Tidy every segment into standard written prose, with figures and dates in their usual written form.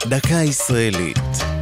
דקה ישראלית.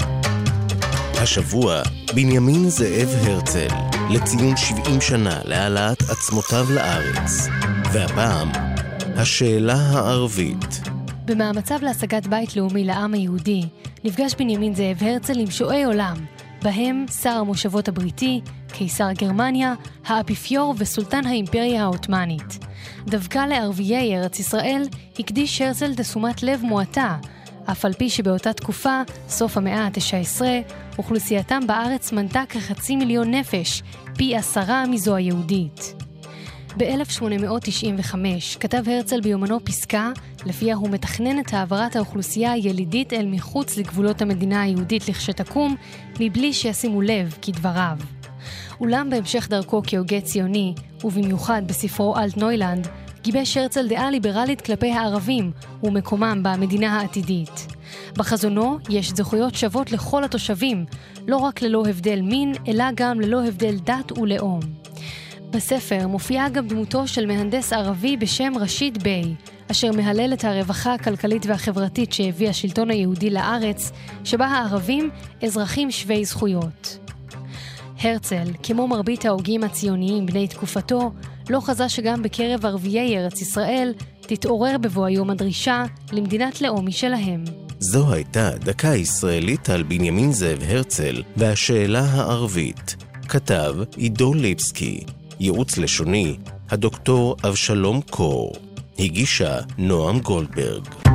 השבוע בנימין זאב הרצל, לציון 70 שנה להעלאת עצמותיו לארץ. והפעם, השאלה הערבית. במאמציו להשגת בית לאומי לעם היהודי, נפגש בנימין זאב הרצל עם שועי עולם, בהם שר המושבות הבריטי, קיסר גרמניה, האפיפיור וסולטן האימפריה העות'מאנית. דווקא לערביי ארץ ישראל הקדיש הרצל תשומת לב מועטה, אף על פי שבאותה תקופה, סוף המאה ה-19, אוכלוסייתם בארץ מנתה כ500,000 נפש, פי 10 מזו היהודית. ב-1895 כתב הרצל ביומנו פסקה, לפיה הוא מתכנן את העברת האוכלוסייה הילידית אל מחוץ לגבולות המדינה היהודית לכשתקום, מבלי שישימו לב כדבריו. אולם בהמשך דרכו כהוגה ציוני, ובמיוחד בספרו אלטנוילנד, גיבש הרצל דעה ליברלית כלפי הערבים ומקומם במדינה העתידית. בחזונו יש זכויות שוות לכל התושבים, לא רק ללא הבדל מין, אלא גם ללא הבדל דת ולאום. בספר מופיעה גם דמותו של מהנדס ערבי בשם רשיד ביי, אשר מהלל את הרווחה הכלכלית והחברתית שהביא השלטון היהודי לארץ, שבה הערבים אזרחים שווי זכויות. הרצל, כמו מרבית ההוגים הציוניים בני תקופתו, לא חזה שגם בקרב ערביי ארץ ישראל תתעורר בבוא היום הדרישה למדינת לאום משלהם. זו הייתה דקה ישראלית על בנימין זאב הרצל והשאלה הערבית. כתב עידו ליבסקי, ייעוץ לשוני הדוקטור אבשלום קור, הגישה נועם גולדברג.